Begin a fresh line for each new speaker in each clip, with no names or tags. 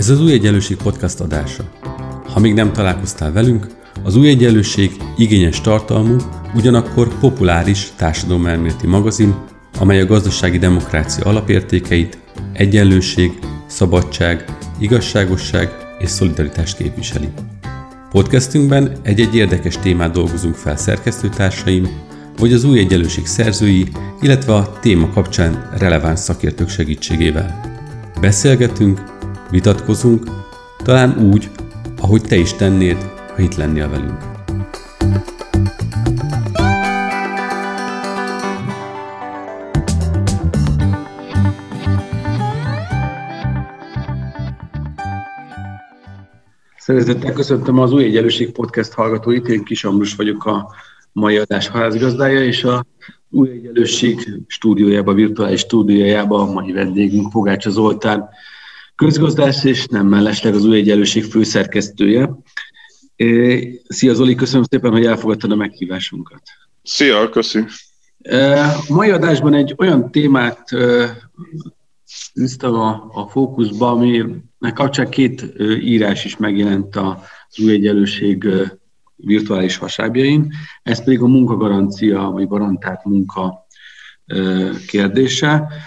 Ez az Új Egyenlőség podcast adása. Ha még nem találkoztál velünk, az Új Egyenlőség igényes tartalmú, ugyanakkor populáris társadalomelméleti magazin, amely a gazdasági demokrácia alapértékeit, egyenlőség, szabadság, igazságosság és szolidaritást képviseli. Podcastünkben egy-egy érdekes témát dolgozunk fel szerkesztőtársaim, vagy az Új Egyenlőség szerzői, illetve a téma kapcsán releváns szakértők segítségével. Beszélgetünk, vitatkozunk, talán úgy, ahogy te is tennéd, ha itt lennél velünk.
Szeretettel köszöntöm az Új Egyenlőség podcast hallgatóit, én Kis Ambrus vagyok, a mai adás házigazdája, és a Új Egyenlőség stúdiójában, virtuális stúdiójában a mai vendégünk Pogácsa Zoltán, közgazdász és nem mellesleg az Új Egyenlőség főszerkesztője. Szia Zoli, köszönöm szépen, hogy elfogadtad a meghívásunkat.
Szia, köszi.
A mai adásban egy olyan témát tűztem a fókuszba, aminek kapcsán két írás is megjelent az Új Egyenlőség virtuális hasábjain, ez pedig a munkagarancia, vagy garantált munka kérdése.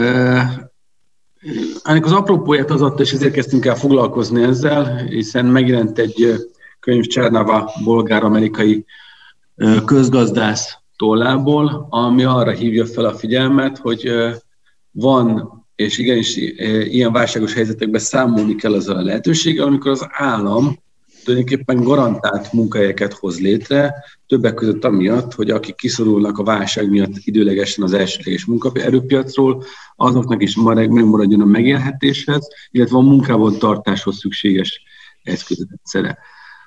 Ennek az apropóját az adta, és ezért kezdtünk el foglalkozni ezzel, hiszen megjelent egy könyv Csernava bolgár-amerikai közgazdász tollából, ami arra hívja fel a figyelmet, hogy van, és igenis ilyen válságos helyzetekben számolni kell azzal a lehetőséggel, amikor az állam tulajdonképpen garantált munkahelyeket hoz létre, többek között amiatt, hogy akik kiszorulnak a válság miatt időlegesen az elsődleges munkaerőpiacról, azoknak is megmaradjon a megélhetéshez, illetve a munkában tartáshoz szükséges eszközrendszere.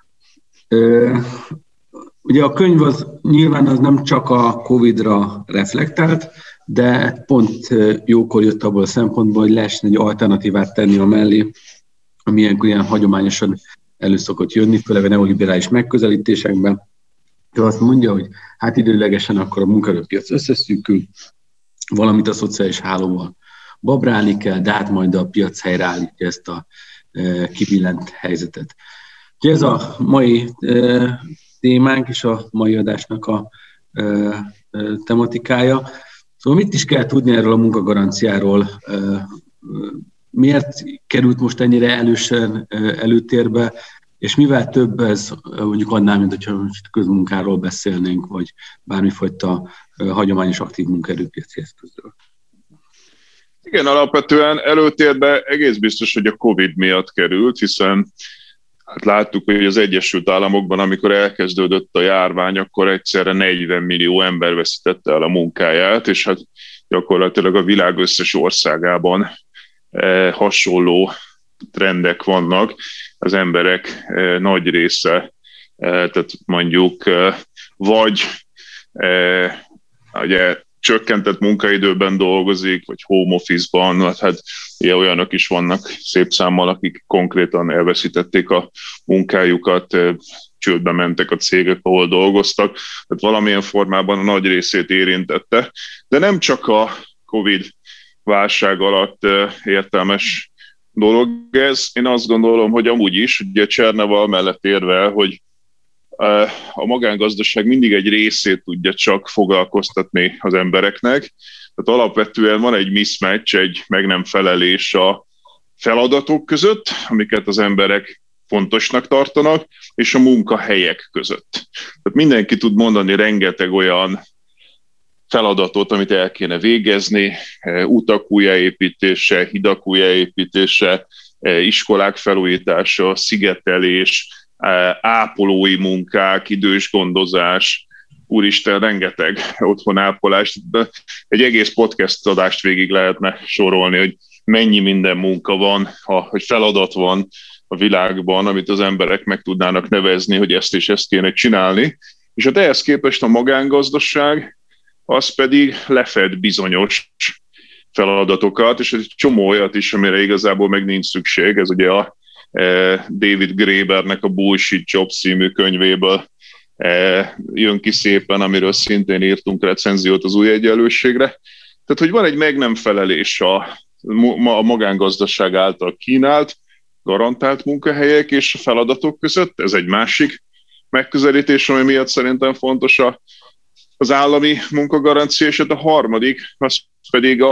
Ugye a könyv az nyilván az nem csak a Covid-ra reflektált, de pont jókor jött abból a szempontból, hogy lehessen egy alternatívát tenni a mellé, ami ilyen hagyományosan elő szokott jönni, főleg a neoliberális megközelítésekben. Ő azt mondja, hogy hát időlegesen akkor a munkaerőpiac összeszűkül, valamit a szociális hálóval babrálni kell, de hát majd a piac helyreállítja ezt a kibillent helyzetet. Úgyhogy ez a mai témánk és a mai adásnak a tematikája. Szóval mit is kell tudni erről a munkagaranciáról? Miért került most ennyire előtérbe, és mivel több ez mondjuk annál, mint hogyha most közmunkáról beszélnénk, vagy bármifajta hagyományos aktív munkaerőpiaci eszközről?
Igen, alapvetően előtérbe egész biztos, hogy a Covid miatt került, hiszen hát láttuk, hogy az Egyesült Államokban, amikor elkezdődött a járvány, akkor egyszerre 40 millió ember veszítette el a munkáját, és hát gyakorlatilag a világ összes országában hasonló trendek vannak. Az emberek nagy része, tehát mondjuk vagy ugye, csökkentett munkaidőben dolgozik, vagy home office-ban, hát ilyen olyanok is vannak szép számmal, akik konkrétan elveszítették a munkájukat, csődbe mentek a cégek, ahol dolgoztak, tehát valamilyen formában a nagy részét érintette, de nem csak a Covid válság alatt értelmes dolog ez. Én azt gondolom, hogy amúgy is, ugye Csernava mellett érvel, hogy a magángazdaság mindig egy részét tudja csak foglalkoztatni az embereknek. Tehát alapvetően van egy mismatch, egy meg nem felelés a feladatok között, amiket az emberek fontosnak tartanak, és a munkahelyek között. Tehát mindenki tud mondani rengeteg olyan feladatot, amit el kéne végezni, utak újjáépítése, hidak újjáépítése, iskolák felújítása, szigetelés, ápolói munkák, idős gondozás, úristen, rengeteg otthonápolás. Egy egész podcast adást végig lehetne sorolni, hogy mennyi minden munka van, hogy feladat van a világban, amit az emberek meg tudnának nevezni, hogy ezt és ezt kéne csinálni. És hát ehhez képest a magángazdaság az pedig lefed bizonyos feladatokat, és egy csomó olyat is, amire igazából meg nincs szükség. Ez ugye a David Graebernek a Bullshit Job című könyvéből jön ki szépen, amiről szintén írtunk recenziót az Új Egyenlőségre. Tehát, hogy van egy meg nem felelés a magángazdaság által kínált garantált munkahelyek és a feladatok között. Ez egy másik megközelítés, ami miatt szerintem fontos az állami munkagarancia, és a harmadik, az pedig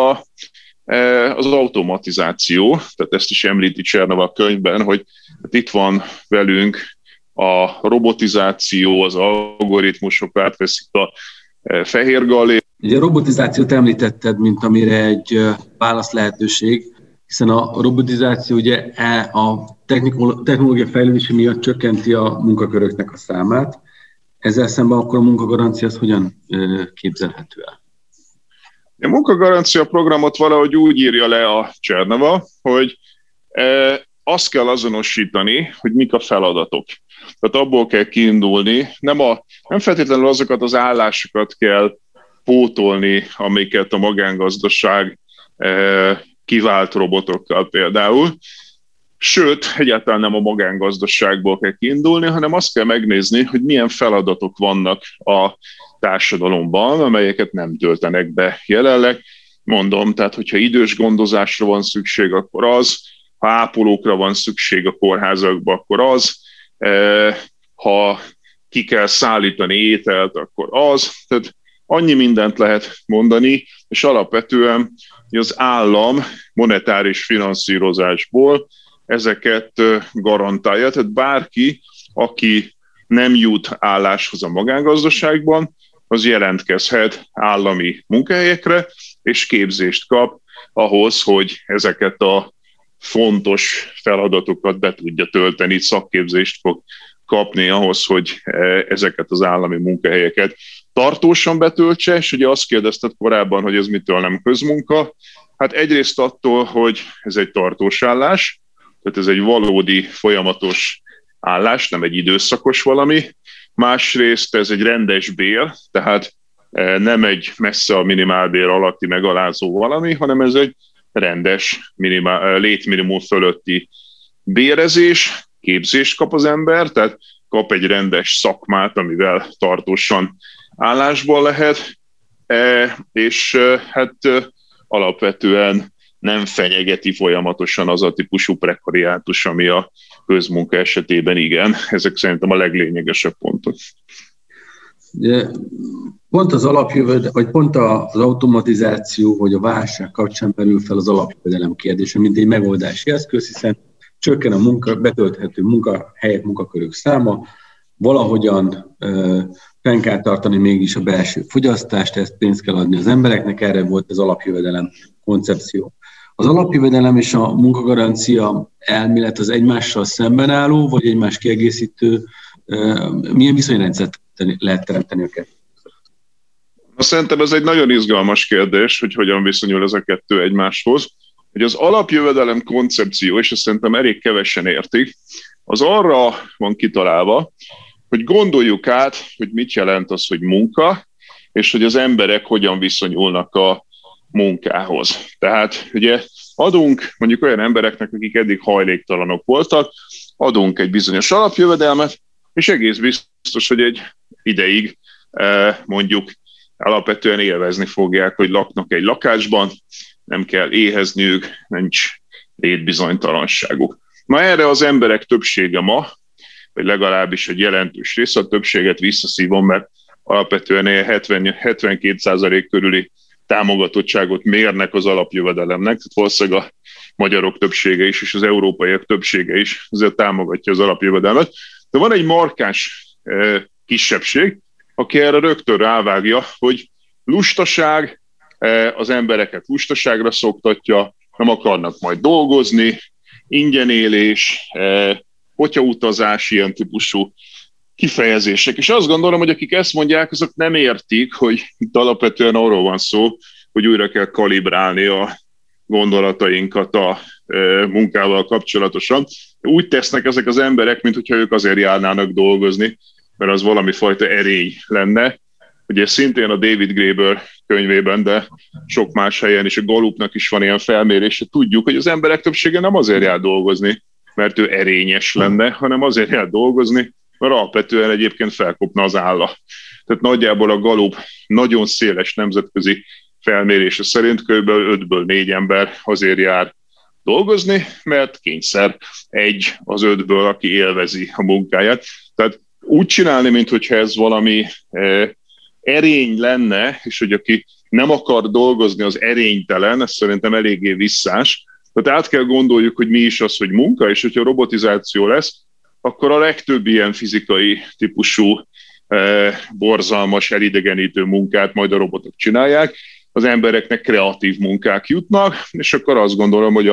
az automatizáció, tehát ezt is említi Csernava a könyvben, hogy itt van velünk a robotizáció, az algoritmusok átveszik a fehér galé.
Ugye a robotizációt említetted, mint amire egy válasz lehetőség, hiszen a robotizáció ugye a technológia fejlődése miatt csökkenti a munkaköröknek a számát. Ezzel szemben akkor a munkagarancia az hogyan képzelhető el?
A munkagarancia programot valahogy úgy írja le a Csernava, hogy azt kell azonosítani, hogy mik a feladatok. Tehát abból kell kiindulni, nem feltétlenül azokat az állásokat kell pótolni, amiket a magángazdaság kivált robotokkal például. Sőt, egyáltalán nem a magángazdaságból kell kiindulni, hanem azt kell megnézni, hogy milyen feladatok vannak a társadalomban, amelyeket nem töltenek be jelenleg. Mondom, tehát hogyha idős gondozásra van szükség, akkor az, ha ápolókra van szükség a kórházakba, akkor az, ha ki kell szállítani ételt, akkor az. Tehát annyi mindent lehet mondani, és alapvetően az állam monetáris finanszírozásból ezeket garantálja. Tehát bárki, aki nem jut álláshoz a magángazdaságban, az jelentkezhet állami munkahelyekre, és képzést kap ahhoz, hogy ezeket a fontos feladatokat be tudja tölteni, szakképzést fog kapni ahhoz, hogy ezeket az állami munkahelyeket tartósan betöltse, és ugye azt kérdezted korábban, hogy ez mitől nem közmunka. Hát egyrészt attól, hogy ez egy tartós állás, tehát ez egy valódi, folyamatos állás, nem egy időszakos valami. Másrészt ez egy rendes bér, tehát nem egy messze a minimálbér alatti megalázó valami, hanem ez egy rendes létminimum fölötti bérezés, képzést kap az ember, tehát kap egy rendes szakmát, amivel tartósan állásban lehet, és hát alapvetően nem fenyegeti folyamatosan az a típusú prekariátus, ami a közmunka esetében igen. Ezek szerintem a leglényegesebb pontok.
Pont az alapjövedelem, vagy pont az automatizáció, vagy a válság kapcsán merül fel az alapjövedelem kérdése, mint egy megoldási eszköz, hiszen csökken a betölthető munkahelyek, munkakörök száma, valahogyan fenn kell tartani mégis a belső fogyasztást, ezt pénzt kell adni az embereknek, erre volt az alapjövedelem koncepció. Az alapjövedelem és a munkagarancia elmélet az egymással szemben álló, vagy egymás kiegészítő, milyen viszonyrendszert lehet teremteni őket?
Szerintem ez egy nagyon izgalmas kérdés, hogy hogyan viszonyul ez a kettő egymáshoz. Hogy az alapjövedelem koncepció, és ezt szerintem elég kevesen értik, az arra van kitalálva, hogy gondoljuk át, hogy mit jelent az, hogy munka, és hogy az emberek hogyan viszonyulnak a munkához. Tehát ugye adunk mondjuk olyan embereknek, akik eddig hajléktalanok voltak, adunk egy bizonyos alapjövedelmet, és egész biztos, hogy egy ideig mondjuk alapvetően élvezni fogják, hogy laknak egy lakásban, nem kell éhezniük, nincs létbizonytalanságuk. Na erre az emberek többsége ma, vagy legalábbis egy jelentős része, a többséget visszaszívom, mert alapvetően 72% körüli támogatottságot mérnek az alapjövedelemnek, tehát valószínűleg a magyarok többsége is, és az európaiak többsége is azért támogatja az alapjövedelmet. De van egy markáns kisebbség, aki erre rögtön rávágja, hogy lustaság, az embereket lustaságra szoktatja, nem akarnak majd dolgozni, ingyenélés, potyautazás, ilyen típusú kifejezések. És azt gondolom, hogy akik ezt mondják, azok nem értik, hogy itt alapvetően arról van szó, hogy újra kell kalibrálni a gondolatainkat a munkával kapcsolatosan. Úgy tesznek ezek az emberek, mintha ők azért járnának dolgozni, mert az valami fajta erény lenne. Ugye szintén a David Graeber könyvében, de sok más helyen is, a Gallupnak is van ilyen felmérése, tudjuk, hogy az emberek többsége nem azért jár dolgozni, mert ő erényes lenne, hanem azért jár dolgozni, mert alapvetően egyébként felkopna az álla. Tehát nagyjából a Gallup nagyon széles nemzetközi felmérése szerint kb. 5-ből 4 ember azért jár dolgozni, mert kényszer 1 az 5-ből, aki élvezi a munkáját. Tehát úgy csinálni, mintha ez valami erény lenne, és hogy aki nem akar dolgozni, az erénytelen, ez szerintem eléggé visszás. Tehát át kell gondoljuk, hogy mi is az, hogy munka, és hogyha robotizáció lesz, akkor a legtöbb ilyen fizikai típusú, borzalmas, elidegenítő munkát majd a robotok csinálják, az embereknek kreatív munkák jutnak, és akkor azt gondolom, hogy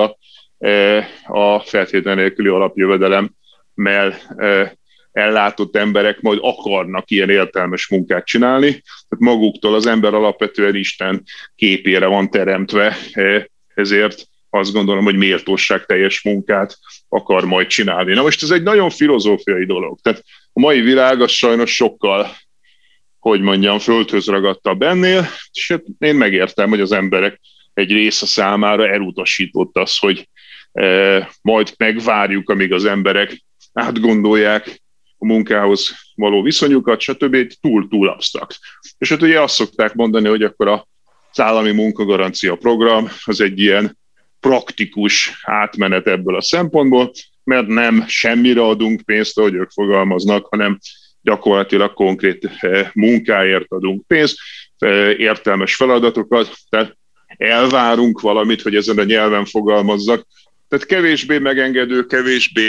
a feltétlen nélküli alapjövedelemmel ellátott emberek majd akarnak ilyen értelmes munkát csinálni. Tehát maguktól az ember alapvetően Isten képére van teremtve, ezért azt gondolom, hogy méltóságteljes munkát akar majd csinálni. Na most ez egy nagyon filozófiai dolog. Tehát a mai világ az sajnos sokkal, hogy mondjam, földhöz ragadtabb ennél, és én megértem, hogy az emberek egy része számára elutasított az, hogy majd megvárjuk, amíg az emberek átgondolják a munkához való viszonyukat, stb. Túl absztrakt. És hát ugye azt szokták mondani, hogy akkor az állami munkagarancia program az egy ilyen praktikus átmenet ebből a szempontból, mert nem semmire adunk pénzt, ahogy ők fogalmaznak, hanem gyakorlatilag konkrét munkáért adunk pénzt, értelmes feladatokat, tehát elvárunk valamit, hogy ezen a nyelven fogalmazzak. Tehát kevésbé megengedő, kevésbé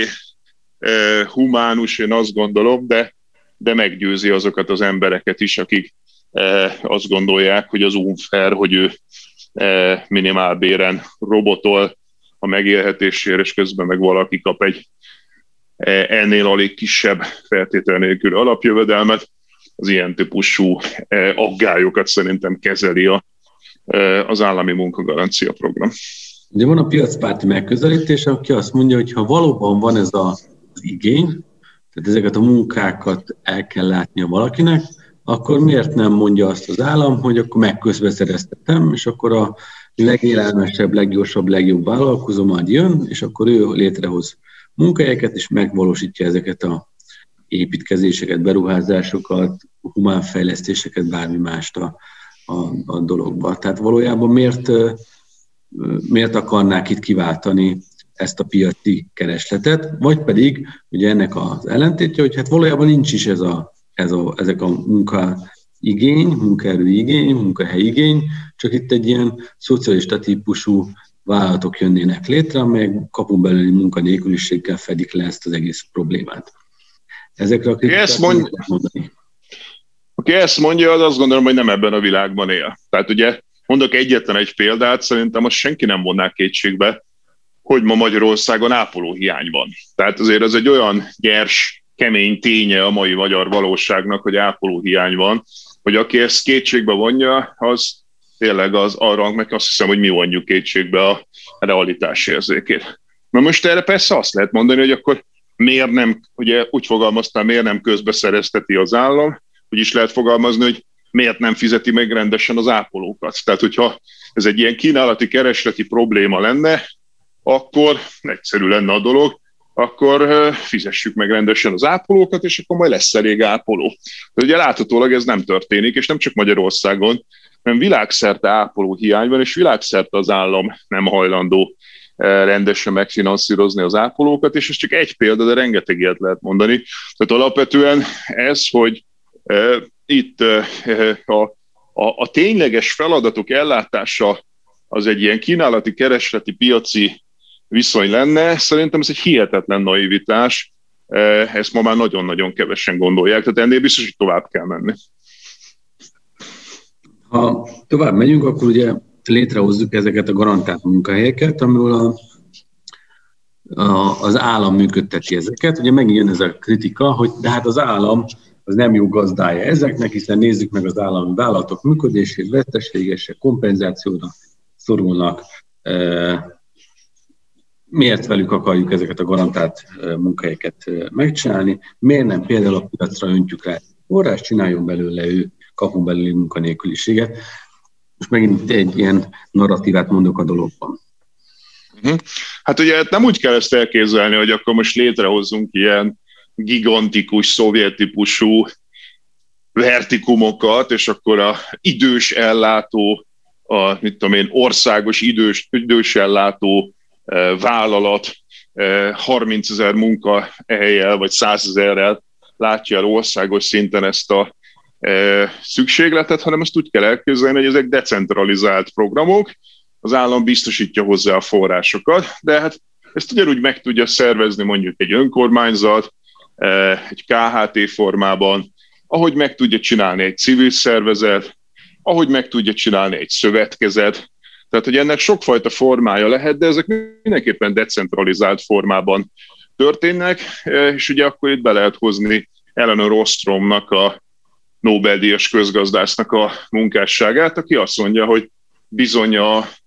humánus, én azt gondolom, de meggyőzi azokat az embereket is, akik azt gondolják, hogy az unfair, hogy ő minimálbéren robotol a megélhetésére, és közben meg valaki kap egy ennél alig kisebb feltétel nélkül alapjövedelmet. Az ilyen típusú aggályokat szerintem kezeli az állami munkagarancia program.
Ugye van a piacpárti megközelítés, aki azt mondja, hogy ha valóban van ez az igény, tehát ezeket a munkákat el kell látnia valakinek, akkor miért nem mondja azt az állam, hogy akkor megközbeszereztetem, és akkor a legélelmesebb, leggyorsabb, legjobb vállalkozó majd jön, és akkor ő létrehoz munkahelyeket, és megvalósítja ezeket a építkezéseket, beruházásokat, humánfejlesztéseket, bármi mást a dologba. Tehát valójában miért akarnák itt kiváltani ezt a piaci keresletet, vagy pedig ugye ennek az ellentétje, hogy hát valójában nincs is ezek a munkaigény, munkaerőigény, munkahelyigény, csak itt egy ilyen szocialista típusú vállalatok jönnének létre, amelyek kapun belüli munkanélküliséggel fedik le ezt az egész problémát. Ezekre a kritikát mondani.
Aki ezt mondja, az azt gondolom, hogy nem ebben a világban él. Tehát ugye mondok egyetlen egy példát, szerintem azt senki nem vonná kétségbe, hogy ma Magyarországon ápolóhiány van. Tehát azért ez egy olyan gyers, kemény ténye a mai magyar valóságnak, hogy ápolóhiány van, hogy aki ezt kétségbe vonja, az tényleg arra meg azt hiszem, hogy mi vonjuk kétségbe a realitás érzékét. Na most erre persze azt lehet mondani, hogy akkor miért nem, ugye úgy fogalmaztál, miért nem közbeszerezteti az állam, úgy is lehet fogalmazni, hogy miért nem fizeti meg rendesen az ápolókat. Tehát, hogyha ez egy ilyen kínálati, keresleti probléma lenne, akkor egyszerű lenne a dolog, akkor fizessük meg rendesen az ápolókat, és akkor majd lesz elég ápoló. De ugye láthatólag ez nem történik, és nem csak Magyarországon, hanem világszerte ápolóhiány van, és világszerte az állam nem hajlandó rendesen megfinanszírozni az ápolókat, és ez csak egy példa, de rengeteg ilyet lehet mondani. Tehát alapvetően ez, hogy itt a tényleges feladatok ellátása az egy ilyen kínálati, keresleti, piaci viszony lenne, szerintem ez egy hihetetlen naivitás, ezt ma már nagyon-nagyon kevesen gondolják, tehát ennél biztos, hogy tovább kell menni.
Ha tovább megyünk, akkor ugye létrehozzuk ezeket a garantált munkahelyeket, amiből az állam működteti ezeket. Ugye megint jön ez a kritika, hogy de hát az állam az nem jó gazdája ezeknek, hiszen nézzük meg az állami vállalatok működését, veszteségesek, kompenzációra szorulnak. Miért velük akarjuk ezeket a garantált munkahelyeket megcsinálni? Miért nem például a piacra öntjük rá forrás, csináljon belőle ő kapun belüli munkanélküliséget? Most megint egy ilyen narratívát mondok a dologban.
Hát ugye nem úgy kell ezt elképzelni, hogy akkor most létrehozzunk ilyen gigantikus, szovjet-típusú vertikumokat, és akkor a idős ellátó, országos idős ellátó vállalat 30 000 munkahelyel vagy 100 000-rel látja el országos szinten ezt a szükségletet, hanem azt úgy kell elképzelni, hogy ezek decentralizált programok, az állam biztosítja hozzá a forrásokat, de hát ezt ugyanúgy meg tudja szervezni mondjuk egy önkormányzat, egy KHT formában, ahogy meg tudja csinálni egy civil szervezet, ahogy meg tudja csinálni egy szövetkezet. Tehát, hogy ennek sokfajta formája lehet, de ezek mindenképpen decentralizált formában történnek, és ugye akkor itt be lehet hozni Elinor Ostromnak, a Nobel-díjas közgazdásznak a munkásságát, aki azt mondja, hogy bizony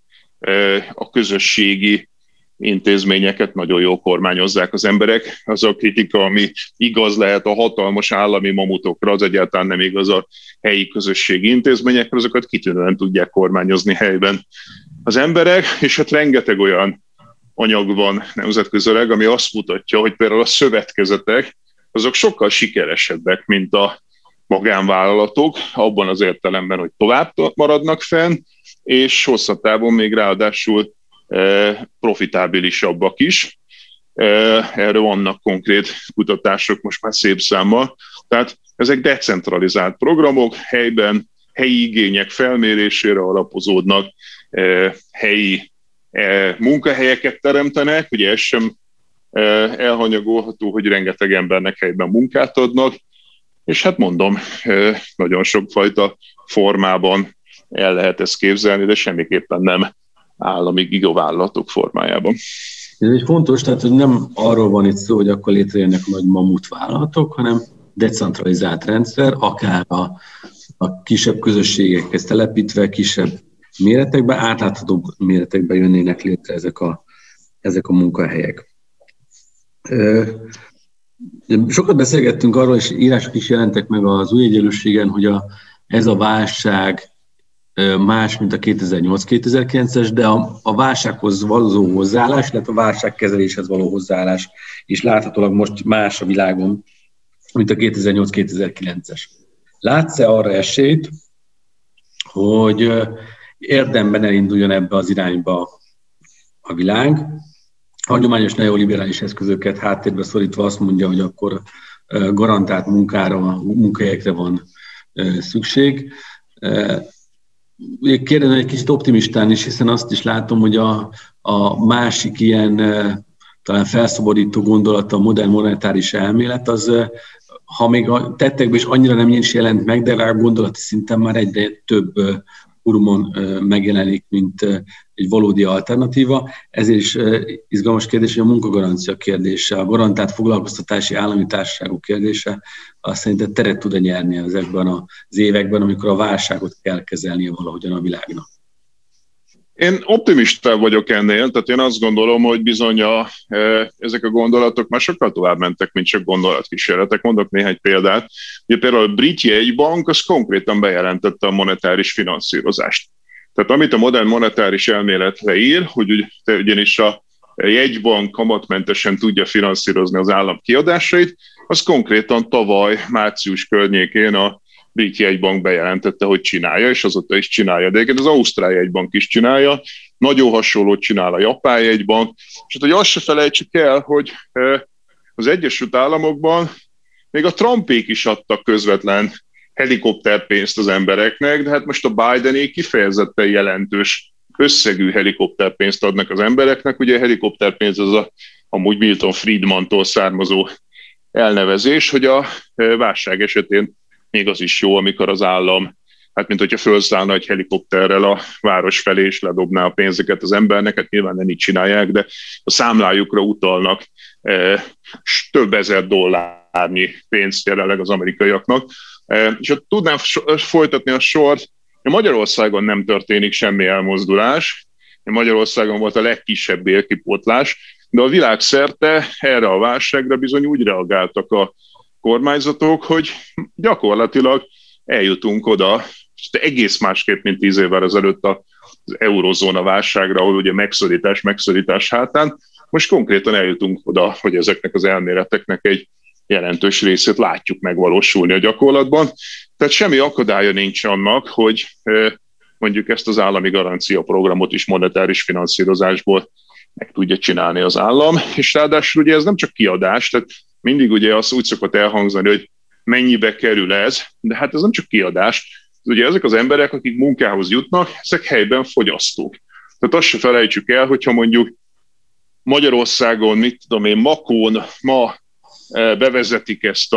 a közösségi intézményeket nagyon jól kormányozzák az emberek. Az a kritika, ami igaz lehet a hatalmas állami mamutokra, az egyáltalán nem igaz a helyi közösségi intézményekre, azokat kitűnően tudják kormányozni helyben az emberek, és hát rengeteg olyan anyag van nemzetközileg, ami azt mutatja, hogy például a szövetkezetek, azok sokkal sikeresebbek, mint a magánvállalatok, abban az értelemben, hogy tovább maradnak fenn, és hosszabb távon még ráadásul profitábilisabbak is. Erről vannak konkrét kutatások most már szép számmal. Tehát ezek decentralizált programok, helyben helyi igények felmérésére alapozódnak, helyi munkahelyeket teremtenek, ugye ez sem elhanyagolható, hogy rengeteg embernek helyben munkát adnak, és hát mondom, nagyon sokfajta formában el lehet ezt képzelni, de semmiképpen nem állami gigavállalatok formájában.
Ez egy fontos, tehát hogy nem arról van itt szó, hogy akkor létrejönnek nagy mamutvállalatok, hanem decentralizált rendszer, akár a kisebb közösségekhez telepítve, kisebb méretekben, átláthatóbb méretekben jönnének létre ezek a munkahelyek. Sokat beszélgettünk arról, és írások is jelentek meg az új egyenlőségen, hogy ez a válság más, mint a 2008-2009-es, de a válsághoz való hozzáállás, illetve a válságkezeléshez való hozzáállás is láthatólag most más a világon, mint a 2008-2009-es. Látsz-e arra esélyt, hogy érdemben elinduljon ebbe az irányba a világ? Hagyományos neoliberális eszközöket háttérbe szorítva azt mondja, hogy akkor garantált munkahelyekre van szükség. Kérdezem egy kicsit optimistán is, hiszen azt is látom, hogy a másik ilyen talán felszabadító gondolata, a modern monetáris elmélet, az ha még a tettekben is annyira nem is jelent meg, de legalább gondolati szinten már egyre több fórumon megjelenik, mint egy valódi alternatíva. Ezért is izgalmas kérdés, hogy a munkagarancia kérdése, a garantált foglalkoztatási állami társaságok kérdése, azt szerintem teret tud nyerni ezekben az években, amikor a válságot kell kezelnie valahogyan a világnak.
Én optimista vagyok ennél, tehát én azt gondolom, hogy bizony ezek a gondolatok már sokkal tovább mentek, mint csak gondolatkísérletek. Mondok néhány példát. Ugye például a brit jegybank az konkrétan bejelentette a monetáris finanszírozást. Tehát amit a modern monetáris elmélet leír, hogy ugyanis a jegybank kamatmentesen tudja finanszírozni az állam kiadásait, az konkrétan tavaly március környékén a brit jegybank bejelentette, hogy csinálja, és azóta is csinálja. De egyébként az ausztrál jegybank is csinálja, nagyon hasonlót csinál a japán jegybank, és hát, hogy azt se felejtsük el, hogy az Egyesült Államokban még a Trumpék is adtak közvetlen helikopterpénzt az embereknek, de hát most a Bidenék kifejezetten jelentős összegű helikopterpénzt adnak az embereknek. Ugye a helikopterpénz az amúgy Milton Friedmantól származó elnevezés, hogy a válság esetén még az is jó, amikor az állam, hát mint hogyha felszállna egy helikopterrel a város felé, és ledobná a pénzeket az embernek, hát nyilván nem így csinálják, de a számlájukra utalnak több ezer dollárnyi pénzt jelenleg az amerikaiaknak. És ha tudnám folytatni a sort, Magyarországon nem történik semmi elmozdulás, Magyarországon volt a legkisebb bérkipótlás, de a világszerte erre a válságra bizony úgy reagáltak a kormányzatok, hogy gyakorlatilag eljutunk oda, egész másképp, mint 10 évvel ezelőtt az eurozóna válságra, ahol ugye megszorítás hátán, most konkrétan eljutunk oda, hogy ezeknek az elméleteknek egy jelentős részét látjuk megvalósulni a gyakorlatban. Tehát semmi akadálya nincs annak, hogy mondjuk ezt az állami garancia programot is monetáris finanszírozásból meg tudja csinálni az állam, és ráadásul ugye ez nem csak kiadás, tehát mindig ugye az úgy szokott elhangzani, hogy mennyibe kerül ez, de hát ez nem csak kiadás, ugye ezek az emberek, akik munkához jutnak, ezek helyben fogyasztók. Tehát azt se felejtsük el, hogyha mondjuk Magyarországon, Makón ma bevezetik ezt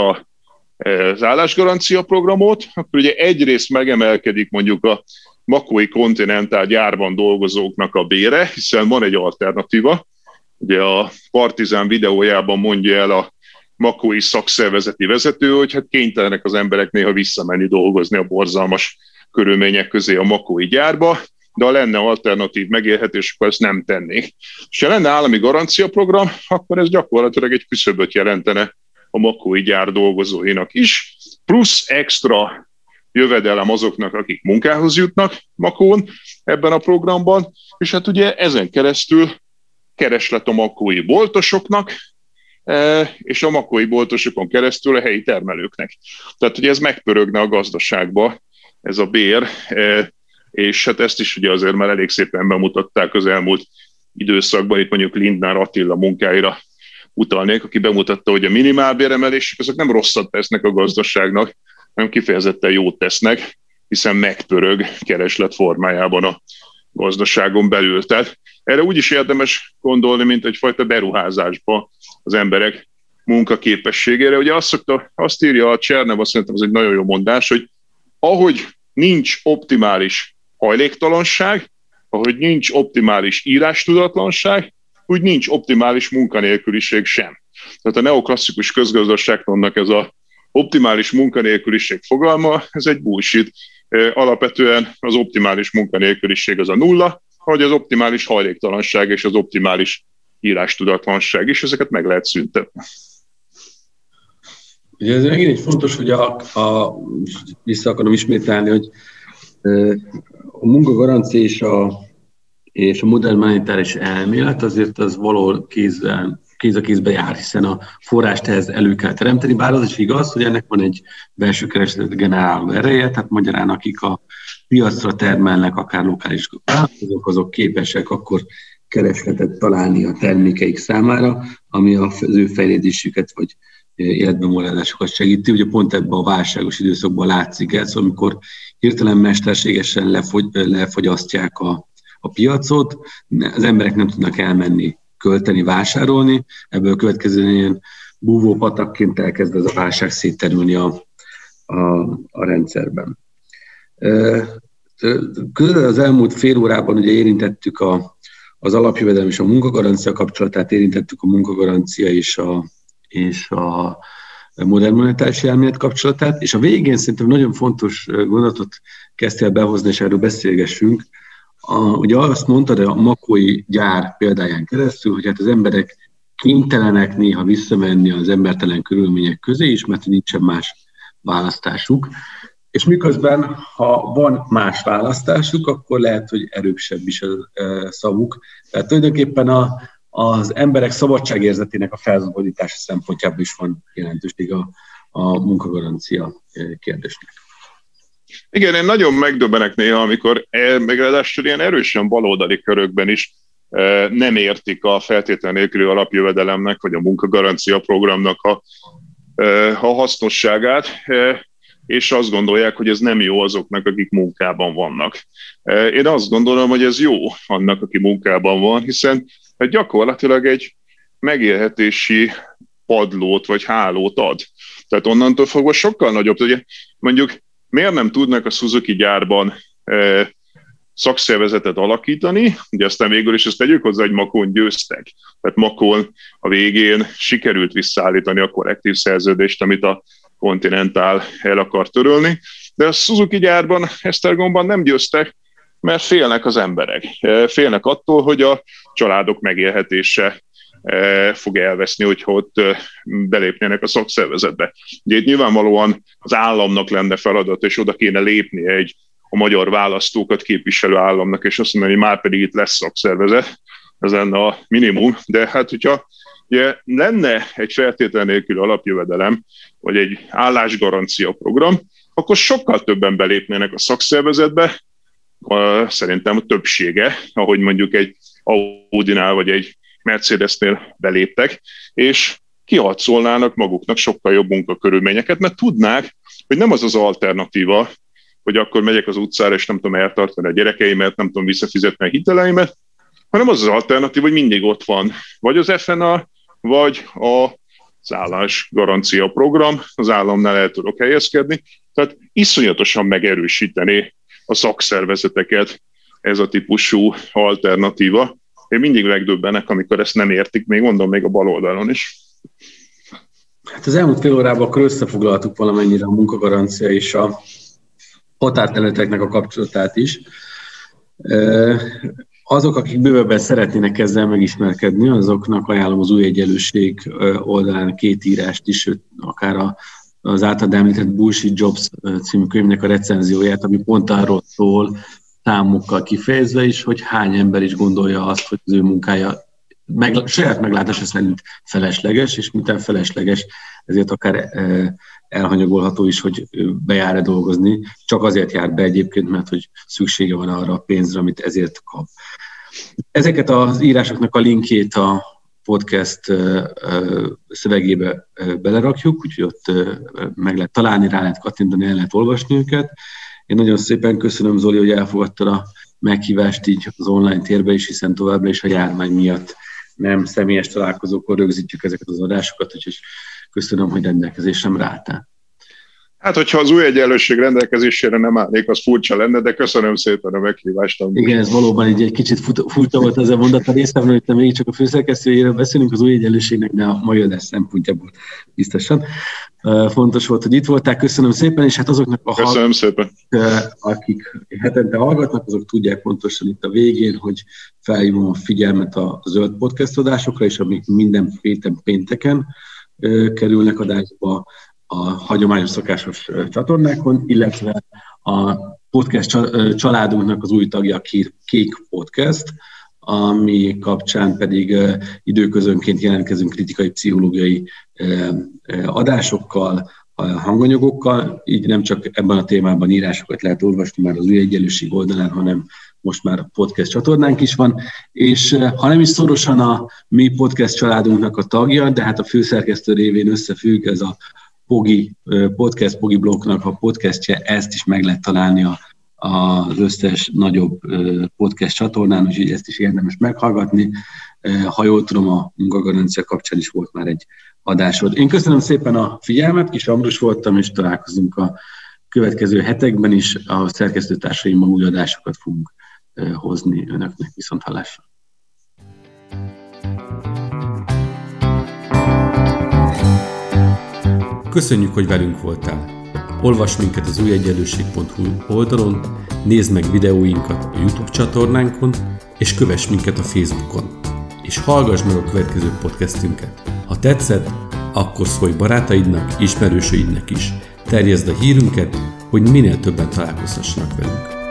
az állásgarancia programot, akkor ugye egyrészt megemelkedik mondjuk a makói Continental gyárban dolgozóknak a bére, hiszen van egy alternatíva. Ugye a Partizán videójában mondja el a makói szakszervezeti vezető, hogy hát kénytelenek az emberek néha visszamenni dolgozni a borzalmas körülmények közé a makói gyárba, de ha lenne alternatív megélhetés, akkor ezt nem tennék. És ha lenne állami garanciaprogram, akkor ez gyakorlatilag egy küszöböt jelentene a makói gyár dolgozóinak is, plusz extra jövedelem azoknak, akik munkához jutnak Makón ebben a programban, és hát ugye ezen keresztül kereslet a makói boltosoknak, és a makói boltosokon keresztül a helyi termelőknek. Tehát ugye ez megpörögne a gazdaságba, ez a bér, és hát ezt is ugye azért már elég szépen bemutatták az elmúlt időszakban, itt mondjuk Lindner Attila munkáira utalnék, aki bemutatta, hogy a minimálbéremelések azok nem rosszat tesznek a gazdaságnak, hanem kifejezetten jót tesznek, hiszen megpörög kereslet formájában a gazdaságon belül. Tehát erre úgy is érdemes gondolni, mint egyfajta beruházásba az emberek munkaképességére. Ugye azt írja a Cserneva, szerintem ez egy nagyon jó mondás, hogy ahogy nincs optimális hajléktalanság, ahogy nincs optimális írástudatlanság, úgy nincs optimális munkanélküliség sem. Tehát a neoklasszikus közgazdaságtannak ez a optimális munkanélküliség fogalma, ez egy bullshit. Alapvetően az optimális munkanélküliség az a nulla, ahogy az optimális hajléktalanság és az optimális írástudatlanság is, ezeket meg lehet szüntetni.
Ugye ez megint egy fontos, hogy vissza akarom ismételni, hogy a munkagarancia és a modern monetáris elmélet azért az valahol kéz a kézbe jár, hiszen a forrást ehhez elő kell teremteni, bár az is igaz, hogy ennek van egy belső kereslet generáló ereje, tehát magyarán akik a piacra termelnek, akár lokális vállalkozók, azok képesek akkor keresletet találni a termékeik számára, ami az ő fejlődésüket vagy életben maradásokat segíti. Ugye pont ebben a válságos időszakban látszik ez, amikor hirtelen mesterségesen lefogyasztják a piacot, az emberek nem tudnak elmenni költeni, vásárolni, ebből következően ilyen búvó patakként elkezd ez a válság szétterülni a rendszerben. Körülbelül az elmúlt fél órában ugye érintettük az alapjövedelem és a munkagarancia kapcsolatát, érintettük a munkagarancia és a modern monetáris elmélet kapcsolatát, és a végén szerintem nagyon fontos gondolatot kezdtél behozni, és erről beszélgessünk. Ugye azt mondtad a makói gyár példáján keresztül, hogy hát az emberek kénytelenek néha visszamenni az embertelen körülmények közé is, mert nincsen más választásuk. És miközben, ha van más választásuk, akkor lehet, hogy erősebb is a szavuk. Tehát tulajdonképpen az emberek szabadságérzetének a felszabadítása szempontjából is van jelentőség a munkagarancia kérdésnek.
Igen, én nagyon megdöbbenek néha, amikor meg ráadásul ilyen erősen baloldali körökben is nem értik a feltétlen nélküli alapjövedelemnek, vagy a munkagarancia programnak a hasznosságát, és azt gondolják, hogy ez nem jó azoknak, akik munkában vannak. Én azt gondolom, hogy ez jó annak, aki munkában van, hiszen gyakorlatilag egy megélhetési padlót vagy hálót ad. Tehát onnantól fogva sokkal nagyobb, ugye mondjuk miért nem tudnak a Suzuki gyárban szakszervezetet alakítani, ugye aztán végül is ezt tegyük hozzá, hogy Makón győztek. Tehát Makón a végén sikerült visszaállítani a kollektív szerződést, amit a Continental el akar törölni, de a Suzuki gyárban, Esztergomban nem győztek, mert félnek az emberek. Félnek attól, hogy a családok megélhetése fog elveszni, hogyha ott belépnének a szakszervezetbe. Ugye itt nyilvánvalóan az államnak lenne feladat, és oda kéne lépnie a magyar választókat képviselő államnak, és azt mondani, hogy már pedig itt lesz szakszervezet, ez lenne a minimum, de hát hogyha ugye lenne egy feltétlen nélkül alapjövedelem, vagy egy állásgarancia program, akkor sokkal többen belépnének a szakszervezetbe, szerintem a többsége, ahogy mondjuk egy Audinál vagy egy Mercedesnél beléptek, és kiharcolnának maguknak sokkal jobb munkakörülményeket, mert tudnák, hogy nem az az alternatíva, hogy akkor megyek az utcára, és nem tudom eltartani a gyerekeimet, nem tudom visszafizetni a hiteleimet, hanem az az alternatíva, hogy mindig ott van vagy az FNA, vagy az állásgarancia program, az államnál el tudok helyezkedni, tehát iszonyatosan megerősíteni a szakszervezeteket ez a típusú alternatíva. Én mindig megdöbbenek, amikor ezt nem értik, még mondom, még a bal oldalon is.
Hát az elmúlt fél órában akkor összefoglaltuk valamennyire a munkagarancia és a határterületeknek a kapcsolatát is. Azok, akik bővebben szeretnének ezzel megismerkedni, azoknak ajánlom az Új Egyenlőség oldalán 2 írást is, akár az általad említett Bullshit Jobs című könyvnek a recenzióját, ami pont arról szól, számokkal kifejezve is, hogy hány ember is gondolja azt, hogy az ő munkája saját meglátása szerint felesleges, és miután felesleges, ezért akár elhanyagolható is, hogy bejár-e dolgozni. Csak azért jár be egyébként, mert hogy szüksége van arra a pénzre, amit ezért kap. Ezeket az írásoknak a linkjét a podcast szövegébe belerakjuk, úgyhogy ott meg lehet találni, rá lehet kattintani, el lehet olvasni őket. Én nagyon szépen köszönöm, Zoli, hogy elfogadtad a meghívást így az online térbe is, hiszen továbbra is a járvány miatt nem személyes találkozókor rögzítjük ezeket az adásokat, úgyhogy köszönöm, hogy rendelkezésemre álltál.
Hát, hogyha az Új Egyenlőség rendelkezésére nem állnék, az furcsa lenne, de köszönöm szépen a meghívást.
Igen, ez valóban egy kicsit furcsa volt az a mondat a részemről, hogy még csak a főszerkesztőjéről beszélünk az Új Egyenlőségnek, de a mai adás szempontjából biztosan. Fontos volt, hogy itt voltál, köszönöm szépen, és hát azoknak akik hetente hallgatnak, azok tudják pontosan itt a végén, hogy felhívom a figyelmet a zöld podcast adásokra, és amik minden héten pénteken kerülnek adásba a hagyományos szokásos csatornákon, illetve a podcast családunknak az új tagja a Kék Podcast, ami kapcsán pedig időközönként jelentkezünk kritikai, pszichológiai adásokkal, hanganyagokkal, így nem csak ebben a témában írásokat lehet olvasni már az Új Egyenlőség oldalán, hanem most már podcast csatornánk is van, és ha nem is szorosan a mi podcast családunknak a tagja, de hát a főszerkesztő révén összefügg ez a Pogi blokknak a podcastje, ezt is meg lehet találni az összes nagyobb podcast csatornán, úgyhogy ezt is érdemes meghallgatni. Ha jól tudom, a munkagarancia kapcsán is volt már egy adásod. Én köszönöm szépen a figyelmet, Kis Ambrus voltam, és találkozunk a következő hetekben is. A szerkesztőtársaimmal új adásokat fogunk hozni önöknek. Viszonthallásra!
Köszönjük, hogy velünk voltál! Olvasd minket az újegyenlőség.hu oldalon, nézd meg videóinkat a YouTube csatornánkon, és kövess minket a Facebookon. És hallgass meg a következő podcastünket. Ha tetszett, akkor szólj barátaidnak, ismerősöidnek is. Terjeszd a hírünket, hogy minél többen találkozhassanak velünk.